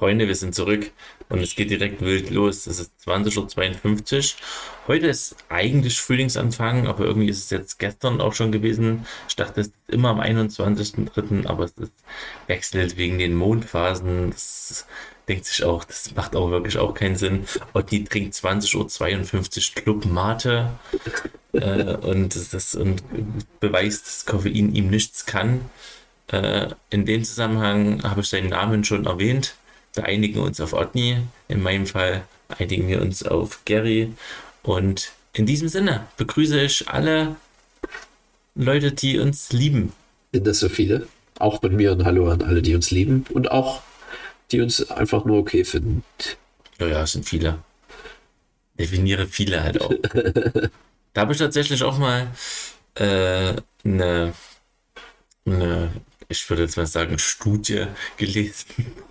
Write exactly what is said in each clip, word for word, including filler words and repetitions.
Freunde, wir sind zurück und es geht direkt wild los. Es ist zwanzig Uhr zweiundfünfzig. Heute ist eigentlich Frühlingsanfang, aber irgendwie ist es jetzt gestern auch schon gewesen. Ich dachte, es ist immer am einundzwanzigsten dritten, aber es ist, wechselt wegen den Mondphasen. Das denkt sich auch, das macht auch wirklich auch keinen Sinn. Und die trinkt zwanzig Uhr zweiundfünfzig Club Mate äh, und, das, das, und beweist, dass Koffein ihm nichts kann. Äh, in dem Zusammenhang habe ich seinen Namen schon erwähnt. Wir einigen uns auf Otni. In meinem Fall einigen wir uns auf Gary. Und in diesem Sinne begrüße ich alle Leute, die uns lieben. Sind das so viele? Auch von mir ein Hallo an alle, die uns lieben und auch die uns einfach nur okay finden. Ja, ja, es sind viele. Definiere viele halt auch. Da habe ich tatsächlich auch mal äh, eine, eine, ich würde jetzt mal sagen, Studie gelesen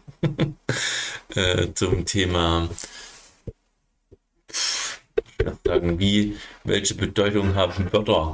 äh, zum Thema, ich würde sagen, wie, welche Bedeutung haben Wörter?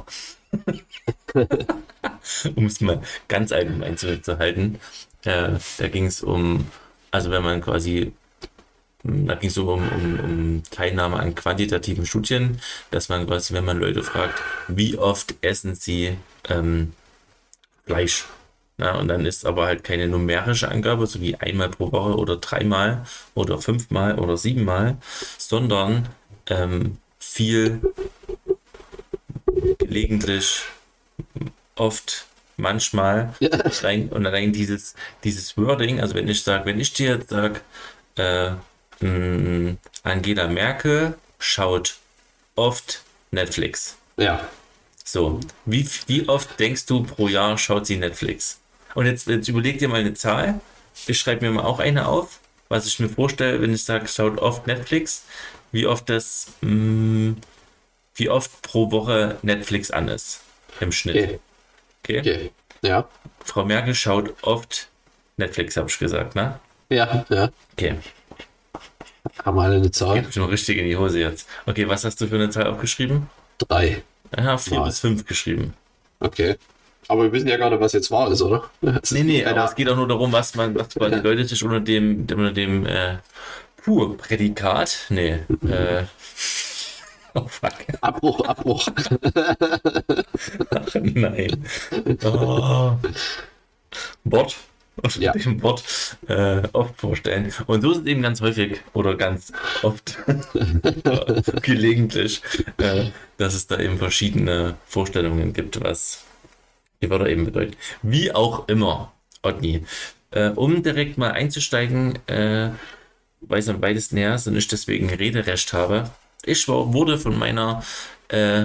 Um es mal ganz allgemein zurückzuhalten. Äh, da ging es um, also wenn man quasi, da ging es so um, um, um Teilnahme an quantitativen Studien, dass man quasi, wenn man Leute fragt, wie oft essen sie ähm, Fleisch? Na, und dann ist aber halt keine numerische Angabe, so wie einmal pro Woche oder dreimal oder fünfmal oder siebenmal, sondern ähm, viel, gelegentlich, oft, manchmal. Ja. Rein, und allein dieses, dieses Wording, also wenn ich sage, wenn ich dir jetzt sage, äh, mh, Angela Merkel schaut oft Netflix. Ja. So, wie, wie oft denkst du pro Jahr schaut sie Netflix? Und jetzt, jetzt überleg dir mal eine Zahl. Ich schreibe mir mal auch eine auf, was ich mir vorstelle, wenn ich sage, schaut oft Netflix, wie oft das, mh, wie oft pro Woche Netflix an ist im Schnitt. Okay. Okay? Okay. Ja. Frau Merkel schaut oft Netflix, habe ich gesagt, ne? Ja. Ja. Okay, Haben wir alle eine Zahl? geht schon richtig in die Hose jetzt. Okay, was hast du für eine Zahl aufgeschrieben? Drei. Ja, vier Mal. bis fünf geschrieben. Okay. Aber wir wissen ja gar nicht, was jetzt wahr ist, oder? Es Nee, ist nee, keine aber es geht auch nur darum, was man, was quasi Ja. Leute sich unter dem, unter dem, äh, puh, Prädikat, nee, äh, oh fuck, Abbruch, Abbruch. ach nein, oh, Bot, unter Ja. dem Bot, äh, oft vorstellen. Und so ist es eben ganz häufig oder ganz oft, gelegentlich, äh, dass es da eben verschiedene Vorstellungen gibt, was die Wörter eben bedeuten. Wie auch immer, Otni. Äh, um direkt mal einzusteigen, äh, weil es am weitesten her ist und ich deswegen Rederecht habe. Ich war, wurde von meiner äh,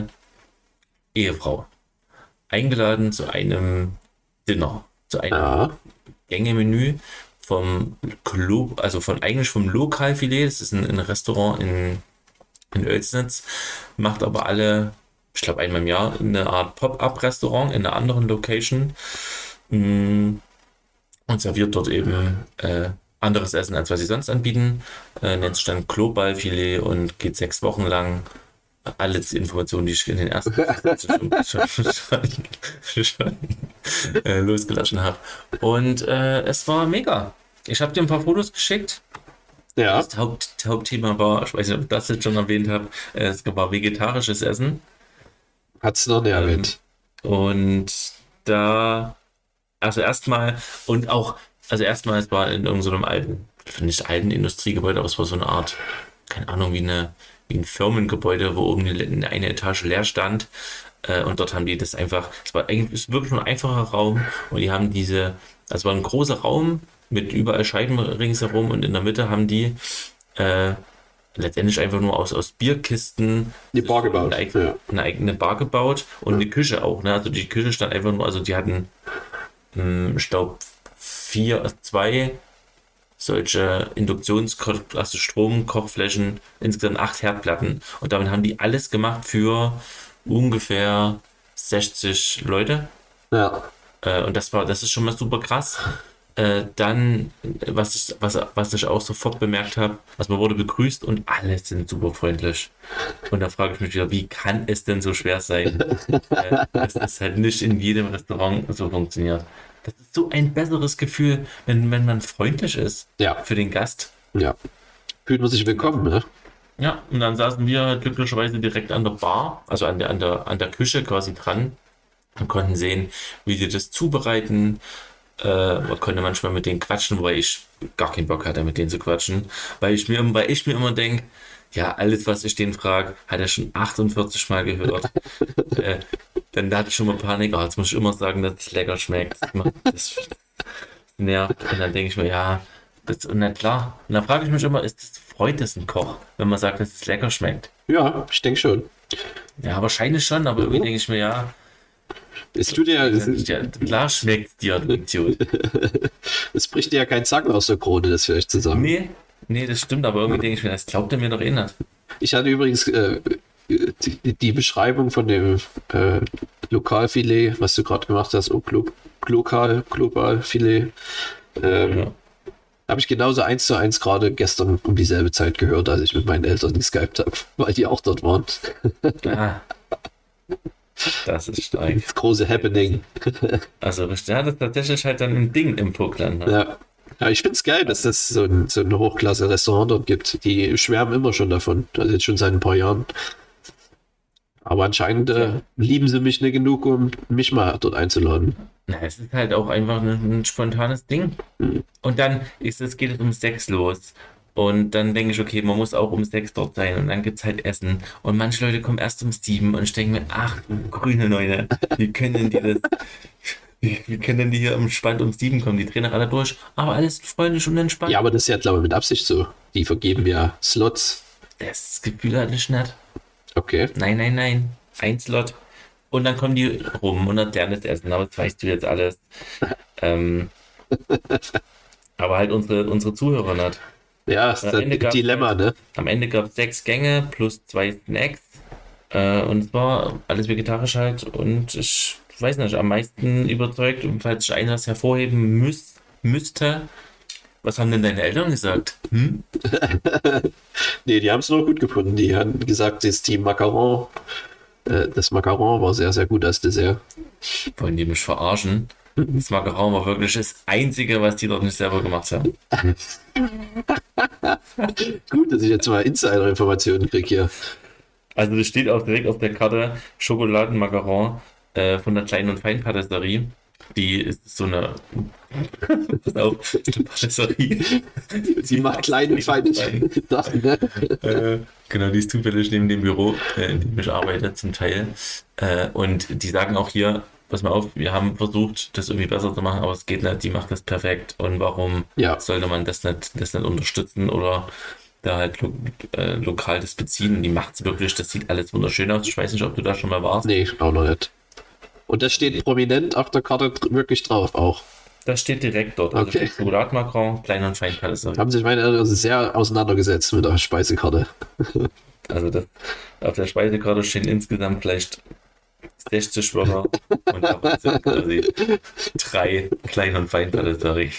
Ehefrau eingeladen zu einem Dinner, zu einem Ja. Gängemenü vom Klo, also von eigentlich vom Lokalfilet. Das ist ein, ein Restaurant in, in Oelsnitz, macht aber alle, ich glaube einmal im Jahr, eine Art Pop-up-Restaurant in einer anderen Location. Mm, und serviert dort eben äh, anderes Essen, als was sie sonst anbieten. Äh, nennt sich dann Kloballfilet und geht sechs Wochen lang. Alle die Informationen, die ich in den ersten schon, schon, schon, schon äh, losgelassen habe. Und äh, es war mega. Ich habe dir ein paar Fotos geschickt. Ja. Das Haupt, Hauptthema war, ich weiß nicht, ob ich das jetzt schon erwähnt habe, äh, es war vegetarisches Essen. Hat's noch nicht erwähnt. Und da, also erstmal, und auch, also erstmal, es war in irgendeinem alten, nicht alten Industriegebäude, aber es war so eine Art, keine Ahnung, wie eine, wie ein Firmengebäude, wo oben eine, eine Etage leer stand. Äh, und dort haben die das einfach, es war eigentlich, es ist wirklich nur ein einfacher Raum und die haben diese, also war ein großer Raum mit überall Scheiben ringsherum und in der Mitte haben die äh, letztendlich einfach nur aus, aus Bierkisten Die Bar gebaut. eine, eigene, Ja. eine eigene Bar gebaut und eine Küche auch. Ne? Also die Küche stand einfach nur, also die hatten, mh, ich glaube, vier, zwei solche Induktions-, also Stromkochflächen, insgesamt acht Herdplatten. Und damit haben die alles gemacht für ungefähr sechzig Leute. Ja. Äh, und das war, das ist schon mal super krass. Äh, dann, was ich, was, was ich auch sofort bemerkt habe, also man wurde begrüßt und alle sind super freundlich. Und da frage ich mich wieder, wie kann es denn so schwer sein, äh, dass das halt nicht in jedem Restaurant so funktioniert. Das ist so ein besseres Gefühl, wenn, wenn man freundlich ist Ja, für den Gast. ja. Fühlt man sich willkommen, ne? Ja, und dann saßen wir glücklicherweise direkt an der Bar, also an der, an der, an der Küche quasi dran und konnten sehen, wie die das zubereiten. Äh, man konnte manchmal mit denen quatschen, wobei ich gar keinen Bock hatte, mit denen zu quatschen, weil ich mir, im- weil ich mir immer denke, ja, alles, was ich den frage, hat er schon achtundvierzig Mal gehört. äh, Dann hatte ich schon mal Panik, oh, jetzt muss ich immer sagen, dass es lecker schmeckt. Das, macht- das nervt. Und dann denke ich mir, ja, das, und dann klar. Und dann frage ich mich immer, ist das, freut das ein Koch, wenn man sagt, dass es lecker schmeckt? Ja, ich denke schon. Ja, wahrscheinlich schon, aber irgendwie denke ich mir, ja, Es tut dir, es, ja klar schmeckt dir, du Idiot. es bricht dir ja kein Zacken aus der Krone, das vielleicht zu sagen. Nee, nee, das stimmt, aber irgendwie denke ich mir, das glaubt er mir doch eh nicht. Ich hatte übrigens äh, die, die Beschreibung von dem äh, Lokalfilet, was du gerade gemacht hast, oh, Glo Lokal, Globalfilet, ähm, Ja. habe ich genauso eins zu eins gerade gestern um dieselbe Zeit gehört, als ich mit meinen Eltern geskypt habe, weil die auch dort waren. Ah, das ist stark. Das große Happening. Also, ja, das ist tatsächlich halt dann ein Ding im Vogtland. Ne? Ja. Ja, ich finde es geil, dass das so ein, so ein Hochklasse-Restaurant dort gibt. Die schwärmen immer schon davon, also jetzt schon seit ein paar Jahren. Aber anscheinend äh, Ja. lieben sie mich nicht genug, um mich mal dort einzuladen. Na, es ist halt auch einfach ein, ein spontanes Ding. Und dann ist es, geht es um sechs los. Und dann denke ich, okay, man muss auch um sechs dort sein. Und dann gibt es halt Essen. Und manche Leute kommen erst um sieben. Und ich denke mir, ach du grüne Neune, wie können die das, wie, wie können denn die hier entspannt um sieben kommen? Die drehen nach alle durch. Aber alles freundlich und entspannt. Ja, aber das ist ja, glaube ich, mit Absicht so. Die vergeben ja Slots. Das Gefühl hatte ich nicht. Okay. Nein, nein, nein. Ein Slot. Und dann kommen die rum und erklären das Essen. Aber das weißt du jetzt alles. Ähm, aber halt unsere, unsere Zuhörer nicht. Ja, das ist Am Ende ein gab's Dilemma, ne? Am Ende gab es sechs Gänge plus zwei Snacks. Äh, und es war alles vegetarisch halt. Und ich weiß nicht, am meisten überzeugt. Und falls ich eines hervorheben müß, müsste, was haben denn deine Eltern gesagt? Hm? Nee, die haben es noch gut gefunden. Die haben gesagt, das Team Macaron, äh, das Macaron war sehr, sehr gut als Dessert. Wollen die mich verarschen? Das Macaron war wirklich das Einzige, was die dort nicht selber gemacht haben. Gut, dass ich jetzt mal Insider-Informationen kriege hier. Also das steht auch direkt auf der Karte Schokoladenmacaron äh, von der kleinen und feinen Patisserie. Die ist so eine, pass auf, ist eine Patisserie. Sie macht kleine, feine Sachen, ne? Äh, genau, die ist zufällig neben dem Büro, äh, in dem ich arbeite, zum Teil. Äh, und die sagen auch hier, pass mal auf, wir haben versucht, das irgendwie besser zu machen, aber es geht nicht, die macht das perfekt. Und warum Ja. sollte man das nicht, das nicht unterstützen oder da halt lo äh, lokal das beziehen? Die macht es wirklich, das sieht alles wunderschön aus. Ich weiß nicht, ob du da schon mal warst. Nee, auch noch nicht. Und das steht prominent auf der Karte dr- wirklich drauf auch. Das steht direkt dort. Also Okay. steht Schokoladenmacaron, klein und fein Patisserie. Haben sich meine Eltern sehr auseinandergesetzt mit der Speisekarte. Also das, auf der Speisekarte stehen insgesamt vielleicht sechzig Wörter und davon sind quasi drei klein und fein Patisserie.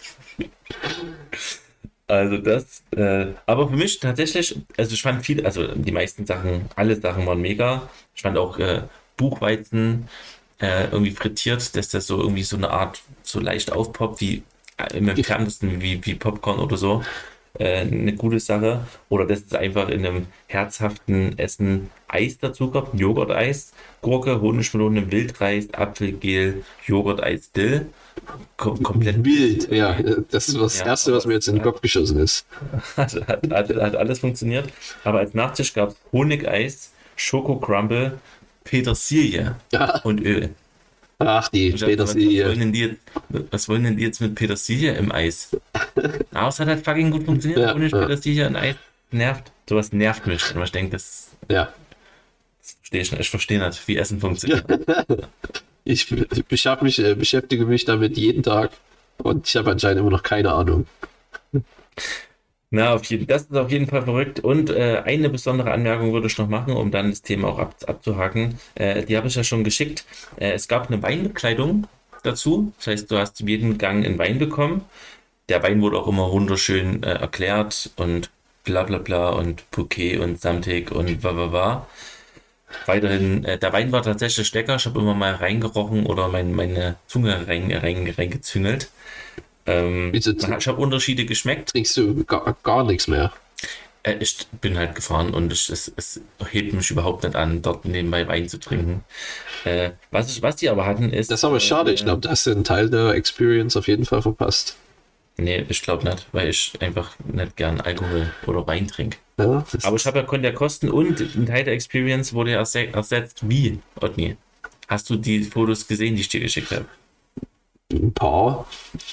Also das, äh, aber für mich tatsächlich, also ich fand viel, also die meisten Sachen, alle Sachen waren mega. Ich fand auch äh, Buchweizen äh, irgendwie frittiert, dass das so irgendwie so eine Art so leicht aufpoppt, wie äh, im entferntesten wie, wie Popcorn oder so. Äh, eine gute Sache. Oder dass es einfach in einem herzhaften Essen Eis dazu gab, ein Joghurt-Eis, Gurke, Honigmelone, Wildreis, Apfelgel, Joghurt-Eis, Dill. Kom komplett Wild, ja. Das ist das Ja, Erste, was mir jetzt in den Kopf geschossen ist. hat, hat, hat, hat alles funktioniert. Aber als Nachtisch gab es Honigeis, Schoko-Crumble, Petersilie Ja. und Öl. Ach, die Ich dachte, was, was, wollen Petersilie. denn die jetzt, was wollen denn die jetzt mit Petersilie im Eis? Aber es hat halt fucking gut funktioniert. Ja, Honig, ja. Petersilie und Eis nervt. Sowas nervt mich. Und ich denke, das, Ja. das verstehe ich nicht. Ich verstehe nicht, wie Essen funktioniert. Ich beschäftige mich, äh, beschäftige mich damit jeden Tag und ich habe anscheinend immer noch keine Ahnung. Na, auf jeden, das ist auf jeden Fall verrückt. Und äh, eine besondere Anmerkung würde ich noch machen, um dann das Thema auch ab, abzuhaken. Äh, die habe ich ja schon geschickt. Äh, es gab eine Weinbekleidung dazu. Das heißt, du hast jeden Gang einen Wein bekommen. Der Wein wurde auch immer wunderschön äh, erklärt und bla bla bla und Bouquet und samtig und wa wa wa. weiterhin, äh, der Wein war tatsächlich lecker. Ich habe immer mal reingerochen oder mein, meine Zunge rein, rein, reingezüngelt. Ähm, Wieso man hat- ich habe Unterschiede geschmeckt. trinkst du gar, gar nichts mehr? Äh, ich bin halt gefahren und ich, es, es hebt mich überhaupt nicht an, dort nebenbei Wein zu trinken. Äh, was, ich, was die aber hatten ist. Das ist aber schade. Ich äh, glaube, da hast du einen Teil der Experience auf jeden Fall verpasst. Nee, ich glaube nicht, weil ich einfach nicht gern Alkohol oder Wein trinke. Ja, das Aber ich habe ja konnte ja kosten und ein Teil der Experience wurde ja erse- ersetzt. Wie, Otni? Hast du die Fotos gesehen, die ich dir geschickt habe? ein paar.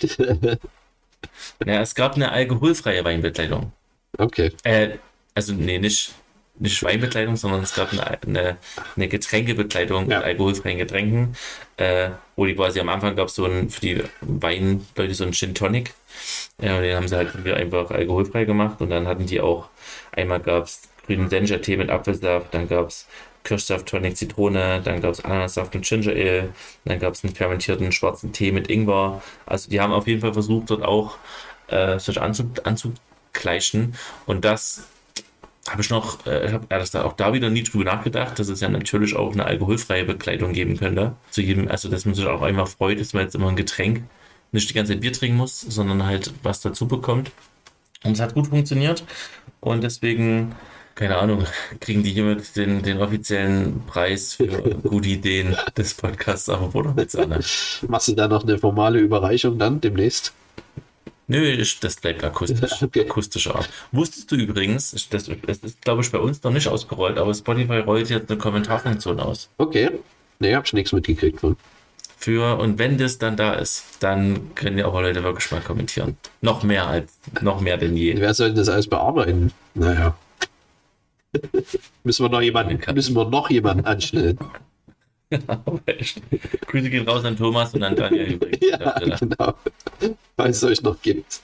Ja, es gab eine alkoholfreie Weinbekleidung. Okay. Äh, also nee, nicht, nicht Weinbekleidung, sondern es gab eine, eine, eine Getränkebekleidung Ja. mit alkoholfreien Getränken, äh, wo die quasi am Anfang gab es so ein, für die Weinleute so ein Gin Tonic. Ja, und den haben sie halt hier einfach alkoholfrei gemacht und dann hatten die auch, einmal gab es grünen Sencha-Tee mit Apfelsaft, dann gab es Kirschsaft, Tonic, Zitrone, dann gab es Ananassaft und Ginger Ale, dann gab es einen fermentierten schwarzen Tee mit Ingwer. Also die haben auf jeden Fall versucht, dort auch äh, sich anzu, anzugleichen und das habe ich noch, äh, ich habe erst da auch da wieder nie drüber nachgedacht, dass es ja natürlich auch eine alkoholfreie Bekleidung geben könnte. Zu jedem, also dass man sich auch einfach freut, dass man jetzt immer ein Getränk nicht die ganze Zeit Bier trinken muss, sondern halt was dazu bekommt. Und es hat gut funktioniert. Und deswegen, keine Ahnung, kriegen die hiermit den, den offiziellen Preis für gute Ideen des Podcasts aber Bruder mit Sahne. Machst du da noch eine formale Überreichung dann demnächst? Nö, ich, das bleibt akustisch. Okay. Akustischer Art. Wusstest du übrigens, ich- das, das ist glaube ich bei uns noch nicht ausgerollt, aber Spotify rollt jetzt eine Kommentarfunktion aus. Okay. Nee, hab ich nichts mitgekriegt von. Für, und wenn das dann da ist, dann können ja auch Leute wirklich mal kommentieren. Noch mehr als, noch mehr denn je. Wer soll denn das alles bearbeiten? Naja. müssen wir noch jemanden, müssen wir noch jemanden anstellen? Aber echt. Grüße gehen raus an Thomas und an Daniel übrigens. Ja, genau. Falls es euch noch gibt.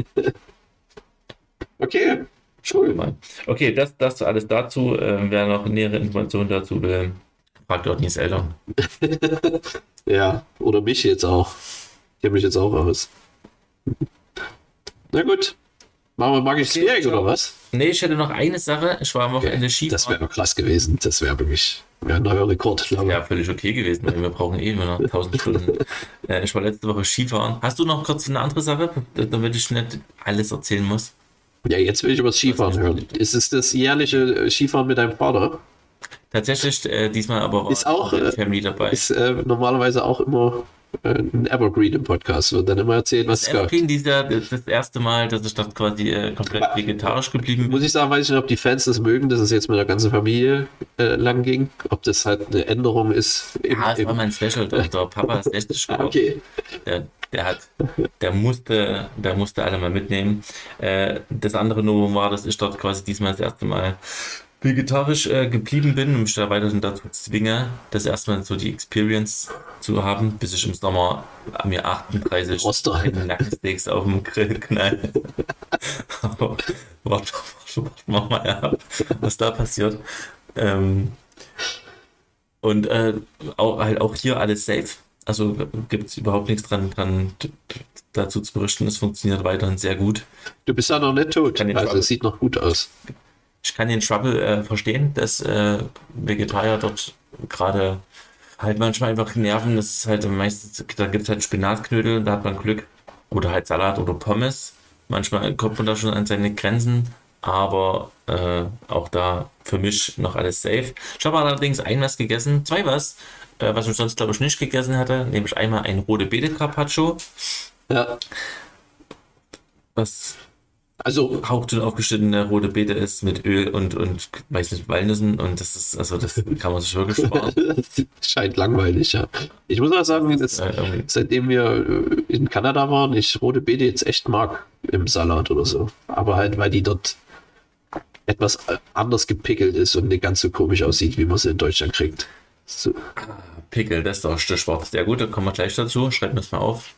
Okay, cool. Okay, das, das alles dazu. Äh, wer noch nähere Informationen dazu will, fragt Otnis Eltern. Ja, oder mich jetzt auch. Ich kenne mich jetzt auch aus. Na gut. Machen wir Magic Okay, Zwerg ciao. oder was? Nee, ich hätte noch eine Sache. Ich war am Wochenende Skifahren. Das wäre krass gewesen. Das wäre wirklich wär ein neuer Rekord. glaube ich. Ja, völlig okay gewesen, weil wir brauchen eh immer noch tausend Stunden. Äh, ich war letzte Woche Skifahren. Hast du noch kurz eine andere Sache, damit ich nicht alles erzählen muss? Ja, jetzt will ich über das Skifahren hören. Ist es das jährliche Skifahren mit deinem Vater? Tatsächlich, äh, diesmal aber war Ist auch, die äh, Family dabei. Ist äh, normalerweise auch immer äh, ein Evergreen im Podcast. Wird dann immer erzählt, was es gab. Evergreen dieser, das, das erste Mal, dass ich dort quasi äh, komplett vegetarisch geblieben bin. Muss ich sagen, weiß ich nicht, ob die Fans das mögen, dass es jetzt mit der ganzen Familie äh, lang ging. Ob das halt eine Änderung ist. Im, Ja, es war im, mein Special. Der, der Papa ist sechzig geworden. okay. Der, der hat, der musste, der musste alle mal mitnehmen. Äh, das andere Novum war, dass ich dort quasi diesmal das erste Mal vegetarisch äh, geblieben bin und mich da weiterhin dazu zwinge, das erstmal so die Experience zu haben, bis ich im Sommer mir achtunddreißig Roster. Nackensteaks auf dem Grill knall. Aber warte, warte, warte, mach mal ab, was da passiert. Ähm, und äh, auch, halt auch hier alles safe. Also gibt es überhaupt nichts dran, dran t- t- dazu zu berichten. Es funktioniert weiterhin sehr gut. Du bist ja noch nicht tot. Kann den Also Trouble. es sieht noch gut aus. Ich kann den Trouble äh, verstehen, dass äh, Vegetarier dort gerade halt manchmal einfach nerven. Das ist halt meistens, da gibt es halt Spinatknödel, da hat man Glück. Oder halt Salat oder Pommes. Manchmal kommt man da schon an seine Grenzen, aber äh, auch da für mich noch alles safe. Ich habe allerdings ein was gegessen, zwei was, äh, was ich sonst glaube ich nicht gegessen hatte, nämlich einmal ein rote Beete Carpaccio, Ja. was Also, hauchdünn aufgeschnittene rote Beete ist mit Öl und, und weiß nicht, Walnüssen und das ist, also das kann man sich wirklich sparen. das scheint langweilig, ja. Ich muss auch sagen, dass, Äh, irgendwie. seitdem wir äh, in Kanada waren, ich rote Beete jetzt echt mag im Salat oder so. Aber halt, weil die dort etwas äh, anders gepickelt ist und nicht ganz so komisch aussieht, wie man sie in Deutschland kriegt. So. Pickel, das ist doch Stichwort. Sehr gut, da kommen wir gleich dazu. Schreiben wir es mal auf.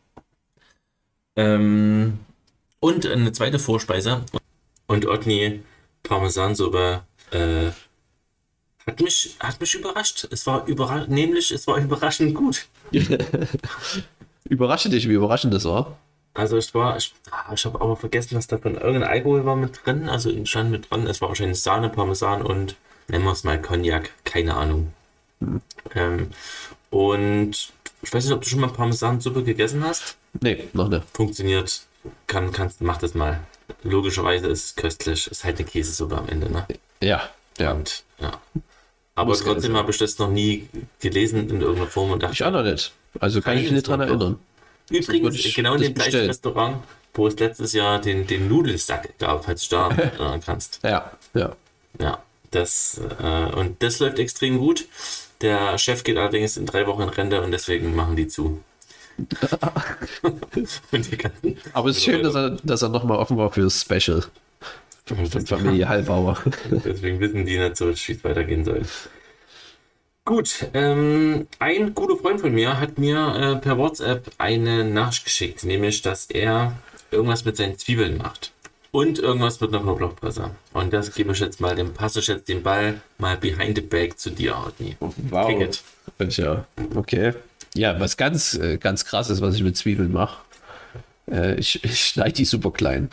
Ähm, und eine zweite Vorspeise. Und Otni Parmesansuppe äh, hat mich, hat mich überrascht. Es war überra nämlich, es war überraschend gut. Überrasche dich, wie überraschend das war. Also ich war, ich, ah, ich habe aber vergessen, was da von irgendein Alkohol war mit drin. Also stand mit drin, es war wahrscheinlich Sahne, Parmesan und nennen wir es mal Cognac, keine Ahnung. Ähm, und ich weiß nicht, ob du schon mal Parmesansuppe gegessen hast. Nee, noch nicht. Funktioniert, kann, kannst, mach das mal. Logischerweise ist es köstlich, ist halt eine Käsesuppe am Ende, ne? Ja, ja. Und ja. Aber Muss trotzdem geil habe ich das noch nie gelesen in irgendeiner Form und Ich auch dachte, noch nicht. Also kann ich mich nicht dran Reinens erinnern. übrigens, Würde ich genau in das dem gleichen bestellen. Restaurant, wo es letztes Jahr den, den Nudelsack gab, falls du da erinnern kannst. Ja, ja. Ja, das, äh, und das läuft extrem gut. Der Chef geht allerdings in drei Wochen in Rente und deswegen machen die zu. Und die ganzen Aber es ist schön, dass er, dass er nochmal offen war für das Special von Familie Halbauer. Deswegen wissen die nicht so, wie es weitergehen soll. Gut, ähm, ein guter Freund von mir hat mir äh, per WhatsApp eine Nachricht geschickt, nämlich, dass er irgendwas mit seinen Zwiebeln macht. Und irgendwas mit einer Knoblauchpresse. Und das gebe ich jetzt mal, dem passe ich jetzt den Ball mal behind the back zu dir, Rodney. Wow. Kick it. Ja, okay. Ja, was ganz, äh, ganz krass ist, was ich mit Zwiebeln mache. Äh, ich ich schneide die super klein.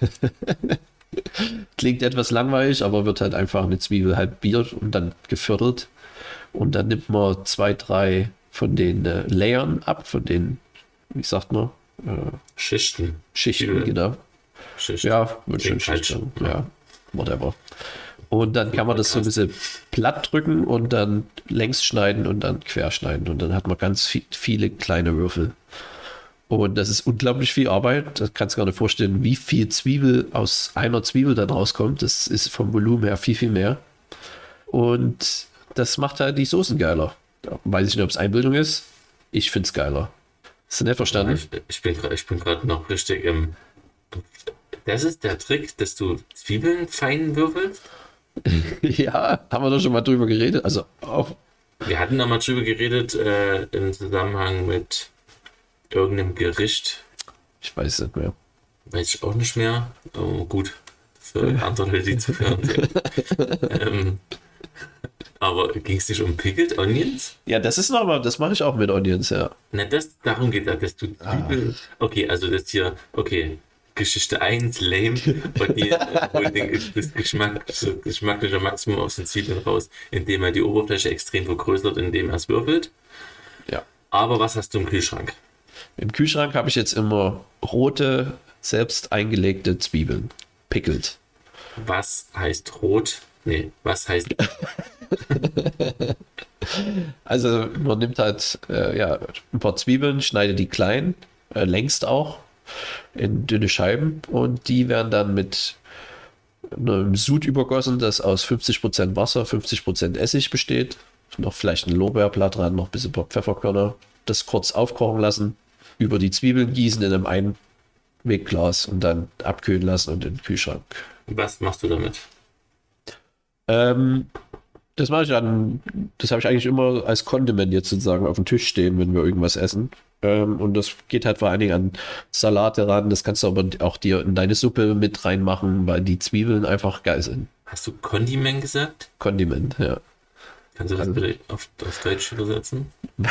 Klingt etwas langweilig, aber wird halt einfach eine Zwiebel halbiert und dann geviertelt. Und dann nimmt man zwei, drei von den äh, Layern ab, von den, wie sagt man, äh, Schichten. Schichten, Zwiebeln. genau. Schicht. Ja, wird schon Klingt Schicht falsch. sagen. Ja, whatever. Und dann kann man das so ein bisschen platt drücken und dann längs schneiden und dann quer schneiden. Und dann hat man ganz viel, viele kleine Würfel. Und das ist unglaublich viel Arbeit. Das kannst du gar nicht vorstellen, wie viel Zwiebel aus einer Zwiebel dann rauskommt. Das ist vom Volumen her viel, viel mehr. Und das macht halt die Soßen geiler. Weiß ich nicht, ob es Einbildung ist. Ich finde es geiler. Hast du nicht verstanden? Ich, ich bin, gra- ich bin gerade noch richtig im. Das ist der Trick, dass du Zwiebeln fein würfelst? Ja, haben wir doch schon mal drüber geredet. Also auch, Wir hatten da mal drüber geredet, äh, im Zusammenhang mit irgendeinem Gericht. ich weiß es nicht mehr. Weiß ich auch nicht mehr. Oh, gut. Für andere Leute, die zuhören. ähm, aber ging es nicht um Pickled Onions? Ja, das ist nochmal, das mache ich auch mit Onions, ja. Na, das, darum geht es, dass du Zwiebeln. Okay, also das hier, okay. Geschichte eins, lame. Und die äh, holt den, das Geschmack, so geschmacklicher Maximum aus den Zwiebeln raus, indem er die Oberfläche extrem vergrößert, indem er es würfelt. Ja. Aber was hast du im Kühlschrank? Im Kühlschrank habe ich jetzt immer rote, selbst eingelegte Zwiebeln. Pickelt. Was heißt rot? Nee, was heißt. Also man nimmt halt äh, ja, ein paar Zwiebeln, schneidet die klein, äh, längst auch, in dünne Scheiben und die werden dann mit einem Sud übergossen, das aus fünfzig Prozent Wasser, fünfzig Prozent Essig besteht. Noch vielleicht ein Lorbeerblatt dran, noch ein bisschen Pfefferkörner. Das kurz aufkochen lassen, über die Zwiebeln gießen in einem Einwegglas und dann abkühlen lassen und in den Kühlschrank. Was machst du damit? Ähm, das mache ich dann, das habe ich eigentlich immer als Kondiment jetzt sozusagen auf dem Tisch stehen, wenn wir irgendwas essen. Ähm, und das geht halt vor allen Dingen an Salate ran. Das kannst du aber auch dir in deine Suppe mit reinmachen, weil die Zwiebeln einfach geil sind. Hast du Kondiment gesagt? Kondiment, ja. Kannst du das bitte auf, auf Deutsch übersetzen?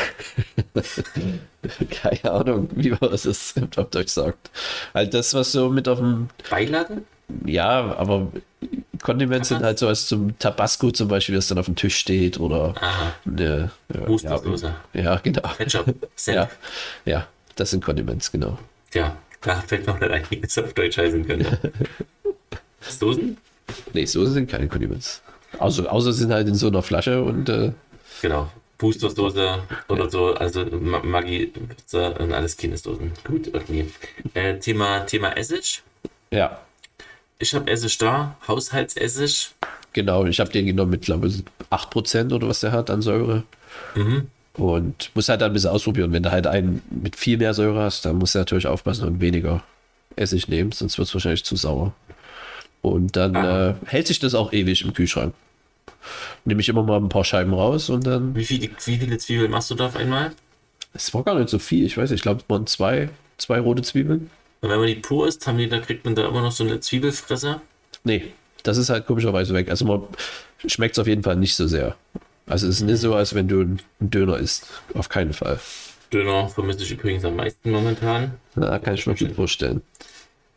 Keine Ahnung, wie man das ist, auf Deutsch sagt. Halt das, was so mit auf dem, Beilage? ja, aber Kondiments sind halt so als zum Tabasco zum Beispiel, das dann auf dem Tisch steht oder Aha. eine, ja, Mustersoße. ja, ja, genau. Ketchup. Senf. Ja, ja, das sind Kondiments, genau. Ja, da fällt noch nicht ein, wie es auf Deutsch heißen könnte. Soßen? Nee, Soßen sind keine Kondiments. Außer, außer sie sind halt in so einer Flasche und äh, Genau. Boostersoße oder so, also Ma- Maggi und alles Kindesdosen. Gut, irgendwie. Äh, Thema, Thema Essig. ja, Ich habe Essig da, Haushaltsessig. genau. Ich habe den genommen mit, glaube ich, acht Prozent oder was der hat an Säure. Mhm. Und muss halt dann ein bisschen ausprobieren. Wenn du halt einen mit viel mehr Säure hast, dann musst du natürlich aufpassen und weniger Essig nehmen, sonst wird es wahrscheinlich zu sauer. Und dann Ah. äh, hält sich das auch ewig im Kühlschrank. Nehme ich immer mal ein paar Scheiben raus und dann. Wie, viel, wie viele Zwiebeln machst du da auf einmal? Es war gar nicht so viel. Ich weiß nicht, ich glaube, es waren zwei, zwei rote Zwiebeln. Und wenn man die pur isst, haben die, da kriegt man da immer noch so eine Zwiebelfresse. Nee, das ist halt komischerweise weg. Also man schmeckt es auf jeden Fall nicht so sehr. Also es ist nicht so, als wenn du einen Döner isst. Auf keinen Fall. Döner vermisse ich übrigens am meisten momentan. Na, kann ich mir gut vorstellen.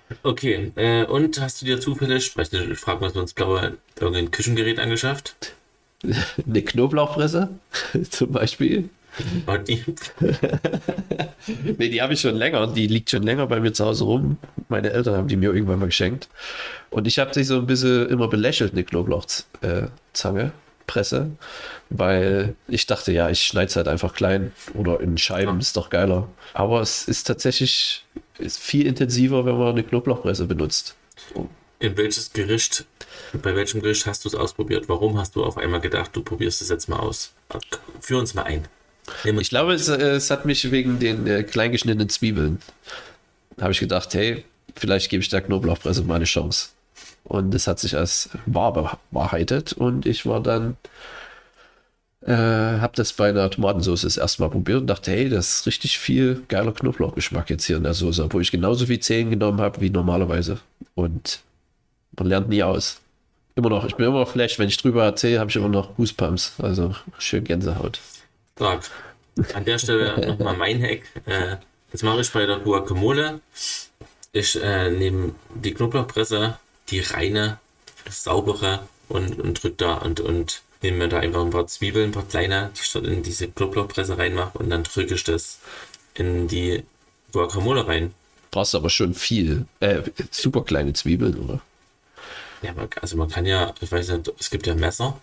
Okay, äh, und hast du dir zufällig, weiß nicht, ich frage mal sonst blaue, irgendein Küchengerät angeschafft? Eine Knoblauchpresse zum Beispiel. Und die, Nee, die habe ich schon länger. Die liegt schon länger bei mir zu Hause rum. Meine Eltern haben die mir irgendwann mal geschenkt. Und ich habe sie so ein bisschen immer belächelt, eine Knoblauchzange, Presse, weil ich dachte, ja, ich schneide es halt einfach klein oder in Scheiben, ja. ist doch geiler. Aber es ist tatsächlich ist viel intensiver, wenn man eine Knoblauchpresse benutzt. In welches Gericht, bei welchem Gericht hast du es ausprobiert? Warum hast du auf einmal gedacht, du probierst es jetzt mal aus? Führ uns mal ein. Nimm Ich uns mal glaube, mit. es, äh, es hat mich wegen den äh, kleingeschnittenen Zwiebeln, habe ich gedacht, hey, vielleicht gebe ich der Knoblauchpresse mal eine Chance. Und es hat sich als wahr bewahrheitet und ich war dann, äh, habe das bei einer Tomatensauce das erste Mal probiert und dachte, hey, das ist richtig viel geiler Knoblauchgeschmack jetzt hier in der Soße, obwohl ich genauso viel Zehen genommen habe wie normalerweise. Und man lernt nie aus. Immer noch, ich bin immer noch flash, wenn ich drüber erzähle, habe ich immer noch Goosebumps, also schön Gänsehaut. Stark. An der Stelle nochmal mein Hack. Äh, das mache ich bei der Guacamole. Ich äh, nehme die Knoblauchpresse, die reine, saubere und, und drück da und, und nehme mir da einfach ein paar Zwiebeln, ein paar kleine, die ich dort in diese Knoblauchpresse reinmache und dann drücke ich das in die Guacamole rein. Brauchst aber schon viel, äh, super kleine Zwiebeln, oder? Ja, man, also man kann ja, ich weiß nicht, es gibt ja Messer,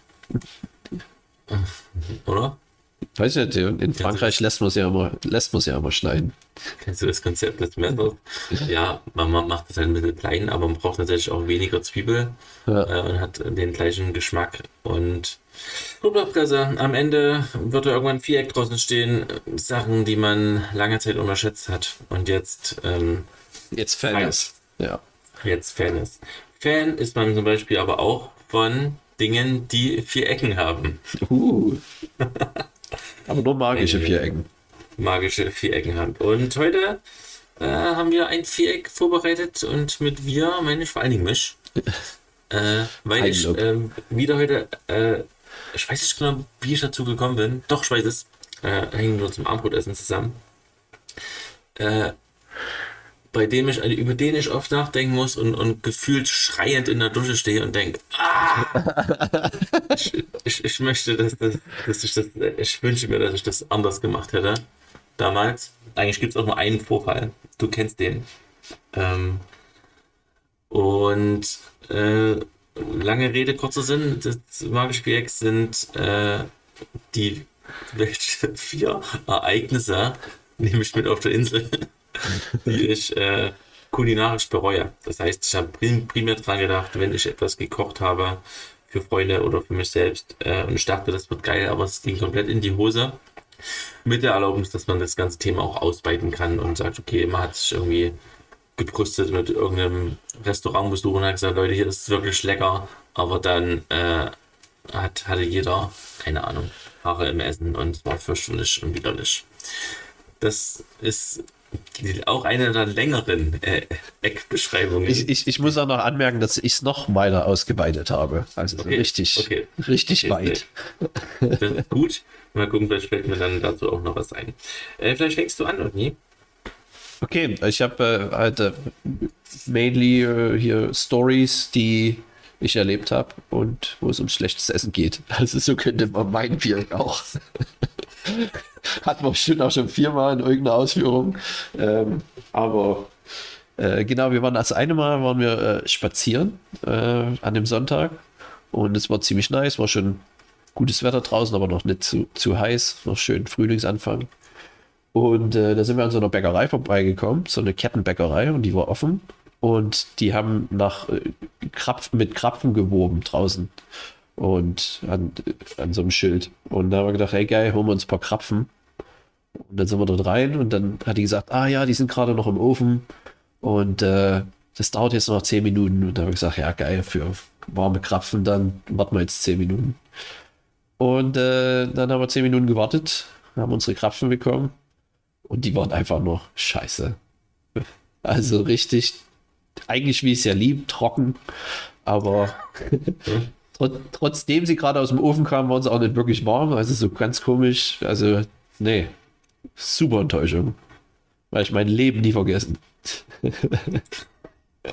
oder? Weiß nicht, in Kennst du Frankreich das, lässt man es ja immer, lässt man es ja immer schneiden. kennst du das Konzept des Messers? Ja, man, man macht es halt ein bisschen klein, aber man braucht natürlich auch weniger Zwiebel Ja. äh, und hat den gleichen Geschmack. Und Knoblauchpresse, am Ende wird da irgendwann ein Viereck draußen stehen, Sachen, die man lange Zeit unterschätzt hat und jetzt ähm, Jetzt Fan feiert, ist. Ja. jetzt Fan ist. Fan ist man zum Beispiel aber auch von Dingen, die vier Ecken haben. Uh, aber nur magische Einige Vierecken. magische Vierecken haben. Und heute äh, haben wir ein Viereck vorbereitet und mit wir meine ich vor allen Dingen mich. Äh, weil ich Eigenlob. ähm, wieder heute, äh, ich weiß nicht genau, wie ich dazu gekommen bin. Doch, ich weiß es. Äh, hängen wir zum Abendbrotessen zusammen. Äh, bei dem ich, also über den ich oft nachdenken muss und, und gefühlt schreiend in der Dusche stehe und denke, ah, ich, ich, ich möchte, dass, das, dass ich das, ich wünsche mir, dass ich das anders gemacht hätte. Damals. Eigentlich gibt es auch nur einen Vorfall. Du kennst den. Ähm, und äh, lange Rede, kurzer Sinn, das magische Viereck sind äh, die welche vier Ereignisse, nehme ich mit auf der Insel, die ich äh, kulinarisch bereue. Das heißt, ich habe prim primär dran gedacht, wenn ich etwas gekocht habe für Freunde oder für mich selbst äh, und ich dachte, das wird geil, aber es ging komplett in die Hose. Mit der Erlaubnis, dass man das ganze Thema auch ausweiten kann und sagt, okay, man hat sich irgendwie gebrüstet mit irgendeinem Restaurantbesuch und hat gesagt, Leute, hier ist es wirklich lecker, aber dann äh, hat, hatte jeder, keine Ahnung, Haare im Essen und es war fürchterlich und widerlich. Das ist auch eine der längeren äh, Ich, Eckbeschreibungen. ich, ich muss auch noch anmerken, dass ich es noch weiter ausgeweitet habe. Also so Okay, richtig, okay, richtig okay, sehr- weit. das ist gut. Mal gucken, vielleicht fällt mir dann dazu auch noch was ein. Äh, vielleicht fängst du an, Otni. Okay, ich habe äh, halt äh, mainly äh, hier Stories, die ich erlebt habe und wo es um schlechtes Essen geht. Also so könnte man mein Bier auch. Hat man bestimmt auch schon viermal in irgendeiner Ausführung. Ähm, aber äh, genau, wir waren das eine Mal waren wir äh, spazieren äh, an dem Sonntag und es war ziemlich nice, war schon gutes Wetter draußen, aber noch nicht zu, zu heiß, noch schön Frühlingsanfang. Und äh, da sind wir an so einer Bäckerei vorbeigekommen, so eine Kettenbäckerei und die war offen und die haben nach äh, Krapfen, mit Krapfen geworben draußen und an, an so einem Schild. Und da haben wir gedacht, hey geil, holen wir uns ein paar Krapfen. Und dann sind wir dort rein und dann hat die gesagt, ah ja, die sind gerade noch im Ofen und äh, das dauert jetzt noch zehn Minuten. Und da habe ich gesagt, ja geil, für warme Krapfen, dann warten wir jetzt zehn Minuten. Und äh, dann haben wir zehn Minuten gewartet, haben unsere Krapfen bekommen und die waren einfach nur scheiße. Also richtig, eigentlich wie ich es ja lieb, trocken, aber Hm? trot trotzdem sie gerade aus dem Ofen kamen, waren sie auch nicht wirklich warm, also so ganz komisch, also nee, super Enttäuschung, weil ich mein Leben nie vergessen.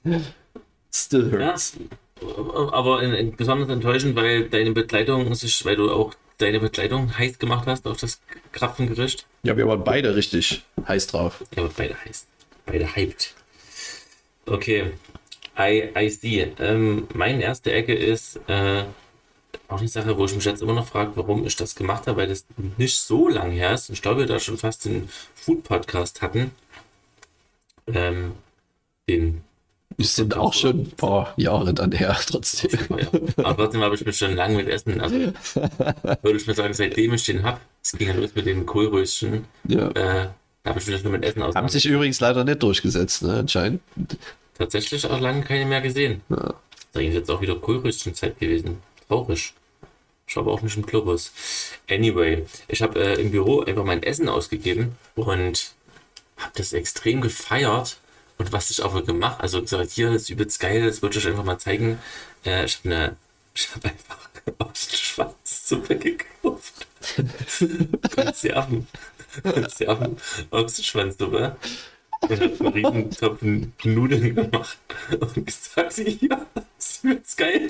Still Ja, hurts. aber in, in, besonders enttäuschend, weil deine Bekleidung sich, weil du auch deine Bekleidung heiß gemacht hast auf das Krapfengericht. Ja, wir waren beide richtig heiß drauf. Ja, aber beide heiß. Beide hyped. Okay, I, I see. Ähm, meine erste Ecke ist äh, auch eine Sache, wo ich mich jetzt immer noch frage, warum ich das gemacht habe, weil das nicht so lang her ist. Ich glaube, wir da schon fast den Food-Podcast hatten. Ähm, den Wir sind auch schon ein paar Jahre dann her, trotzdem. Oh ja. Aber trotzdem habe ich mich schon lange mit Essen, also würde ich mal sagen, seitdem ich den habe, es ging ja los mit den Kohlröschen, Ja. äh, da habe ich mich schon mit Essen Haben ausgegangen. sich übrigens leider nicht durchgesetzt, ne, anscheinend. Tatsächlich auch lange keine mehr gesehen. Ja. Da ist jetzt auch wieder Kohlröschenzeit gewesen. Traurig. Ich war aber auch nicht im Globus. Anyway, ich habe äh, im Büro einfach mein Essen ausgegeben und habe das extrem gefeiert. Und was ich aber gemacht, also gesagt, hier, das ist übelst geil, das wollte ich euch einfach mal zeigen. Äh, ich habe eine, ich habe einfach aus dem Schwanzsuppe gekauft. Konserven. Konserven aus der Schwanzsuppe. Und habe einen riesen Topf Nudeln gemacht und gesagt, ja, das ist übelst geil.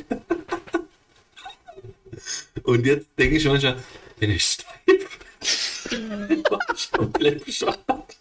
Und jetzt denke ich manchmal, bin ich steif? War ich komplett bescheuert.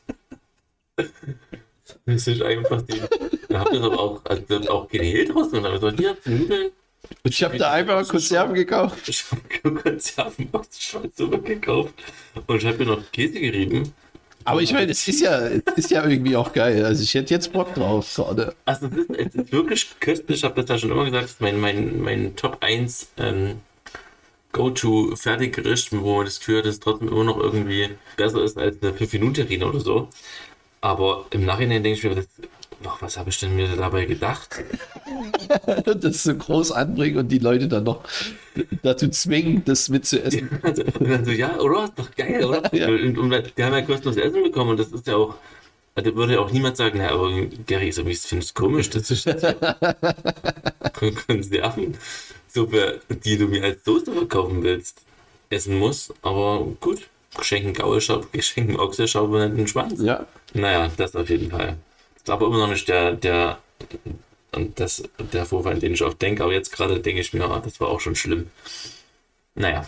Das ist einfach die. Da habt ihr das aber auch, also auch geheilt raus und dann so, hier, Nudeln. Und ich habe da einfach Konserven gekauft. Ich habe Konserven aus der Schweiz gekauft und ich habe mir noch Käse gerieben. Aber ich meine, es ist ja, es ist ja irgendwie auch geil. Also ich hätte jetzt Bock drauf gerade. Also es ist, es ist wirklich köstlich, ich habe das ja schon immer gesagt, das ist mein, mein, mein Top eins ähm, Go-To-Fertiggericht, wo man das Gefühl hat, dass es trotzdem immer noch irgendwie besser ist als eine fünf minuten terrine oder so. Aber im Nachhinein denke ich mir, das, ach, was habe ich denn mir dabei gedacht? Das so groß anbringen und die Leute dann noch dazu zwingen, das mitzuessen. Also, und dann so, ja, oder? Ist doch geil, oder? Ja. Und, und die haben ja kostenlos Essen bekommen und das ist ja auch, also würde ja auch niemand sagen, na, aber Gary, so, ich finde es komisch, das ist jetzt so Konservensuppe, die du mir als Soße verkaufen willst, essen muss, aber gut. Geschenken Gaulschab, Geschenken Ochselschab und einen Schwanz. Ja. Naja, das auf jeden Fall. Ist aber immer noch nicht der, der, und das, der Vorfall, an den ich oft denke, aber jetzt gerade denke ich mir, ah, das war auch schon schlimm. Naja.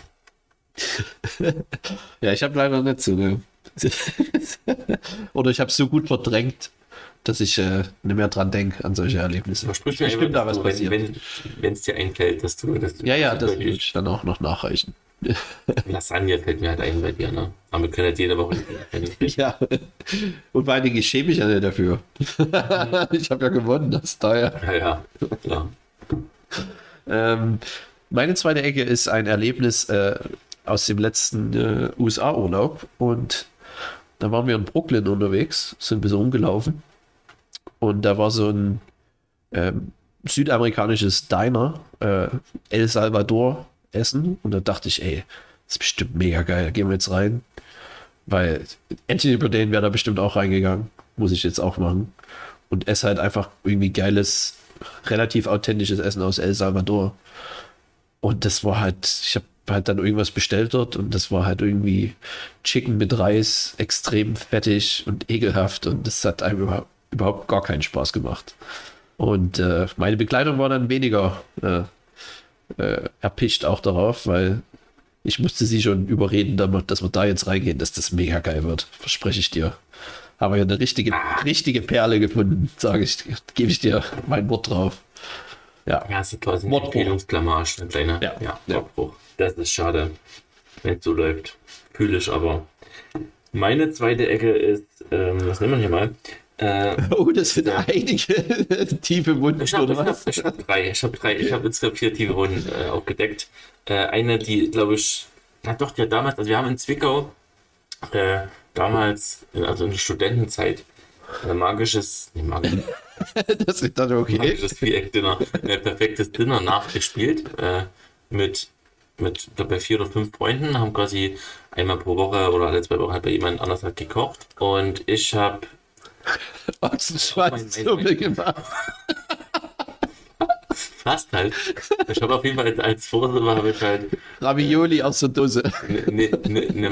Ja, ich habe leider nicht so eine. Oder ich habe es so gut verdrängt, dass ich äh, nicht mehr dran denke an solche Erlebnisse. Versprich mir Bestimmt immer, da was dass passiert. du, wenn es dir einfällt, dass du das. Ja, ja, das will ich dann auch noch nachreichen. Lasagne fällt mir halt ein bei dir, ne? Aber wir können halt jede Woche. Ja. Und vor allen Dingen, ich schäme mich ja nicht dafür. Ich habe ja gewonnen, das ist daher. Ja, ja, klar. Ähm, meine zweite Ecke ist ein Erlebnis äh, aus dem letzten äh, U S A-Urlaub. Und da waren wir in Brooklyn unterwegs, sind ein bisschen rumgelaufen. Und da war so ein ähm, südamerikanisches Diner, äh, El Salvador Essen. Und da dachte ich, ey, das ist bestimmt mega geil, da gehen wir jetzt rein. Weil Anthony Bourdain wäre da bestimmt auch reingegangen. Muss ich jetzt auch machen. Und esse halt einfach irgendwie geiles, relativ authentisches Essen aus El Salvador. Und das war halt, ich habe halt dann irgendwas bestellt dort und das war halt irgendwie Chicken mit Reis, extrem fettig und ekelhaft und das hat einem überhaupt, überhaupt gar keinen Spaß gemacht. Und äh, meine Bekleidung war dann weniger äh, äh, erpicht auch darauf, weil ich musste sie schon überreden, damit, dass wir da jetzt reingehen, dass das mega geil wird, verspreche ich dir. Haben wir ja eine richtige, richtige Perle gefunden, sage ich, gebe ich dir mein Wort drauf. Ja, Ja, das ist quasi ein Mordbruch. Empfehlungsblamage, ein kleiner Ja. ja, Ja. Mordbruch. Das ist schade, wenn es so läuft. Fühle ich aber. Meine zweite Ecke ist, ähm, was nehmen wir hier mal? Äh, Oh, das sind einige tiefe Wunden, ich habe oder ich hab, was? ich hab drei, ich habe drei, ich habe insgesamt vier tiefe Wunden äh, aufgedeckt. Äh, eine, die, glaube ich, na doch, die hat damals, also wir haben in Zwickau äh, damals, also in der Studentenzeit, ein magisches, nee, magisches, Das ist dann okay. magisches Viereck-Dinner, äh, perfektes Dinner nachgespielt. Äh, mit, mit ich glaub, bei vier oder fünf Freunden, haben quasi einmal pro Woche oder alle zwei Wochen halt bei jemand anders halt gekocht. Und ich habe Ochsenschwanzsuppe gemacht. fast halt, ich habe auf jeden Fall als, als Vorsuppe habe ich halt Ravioli aus der Dose. eine ne, ne, ne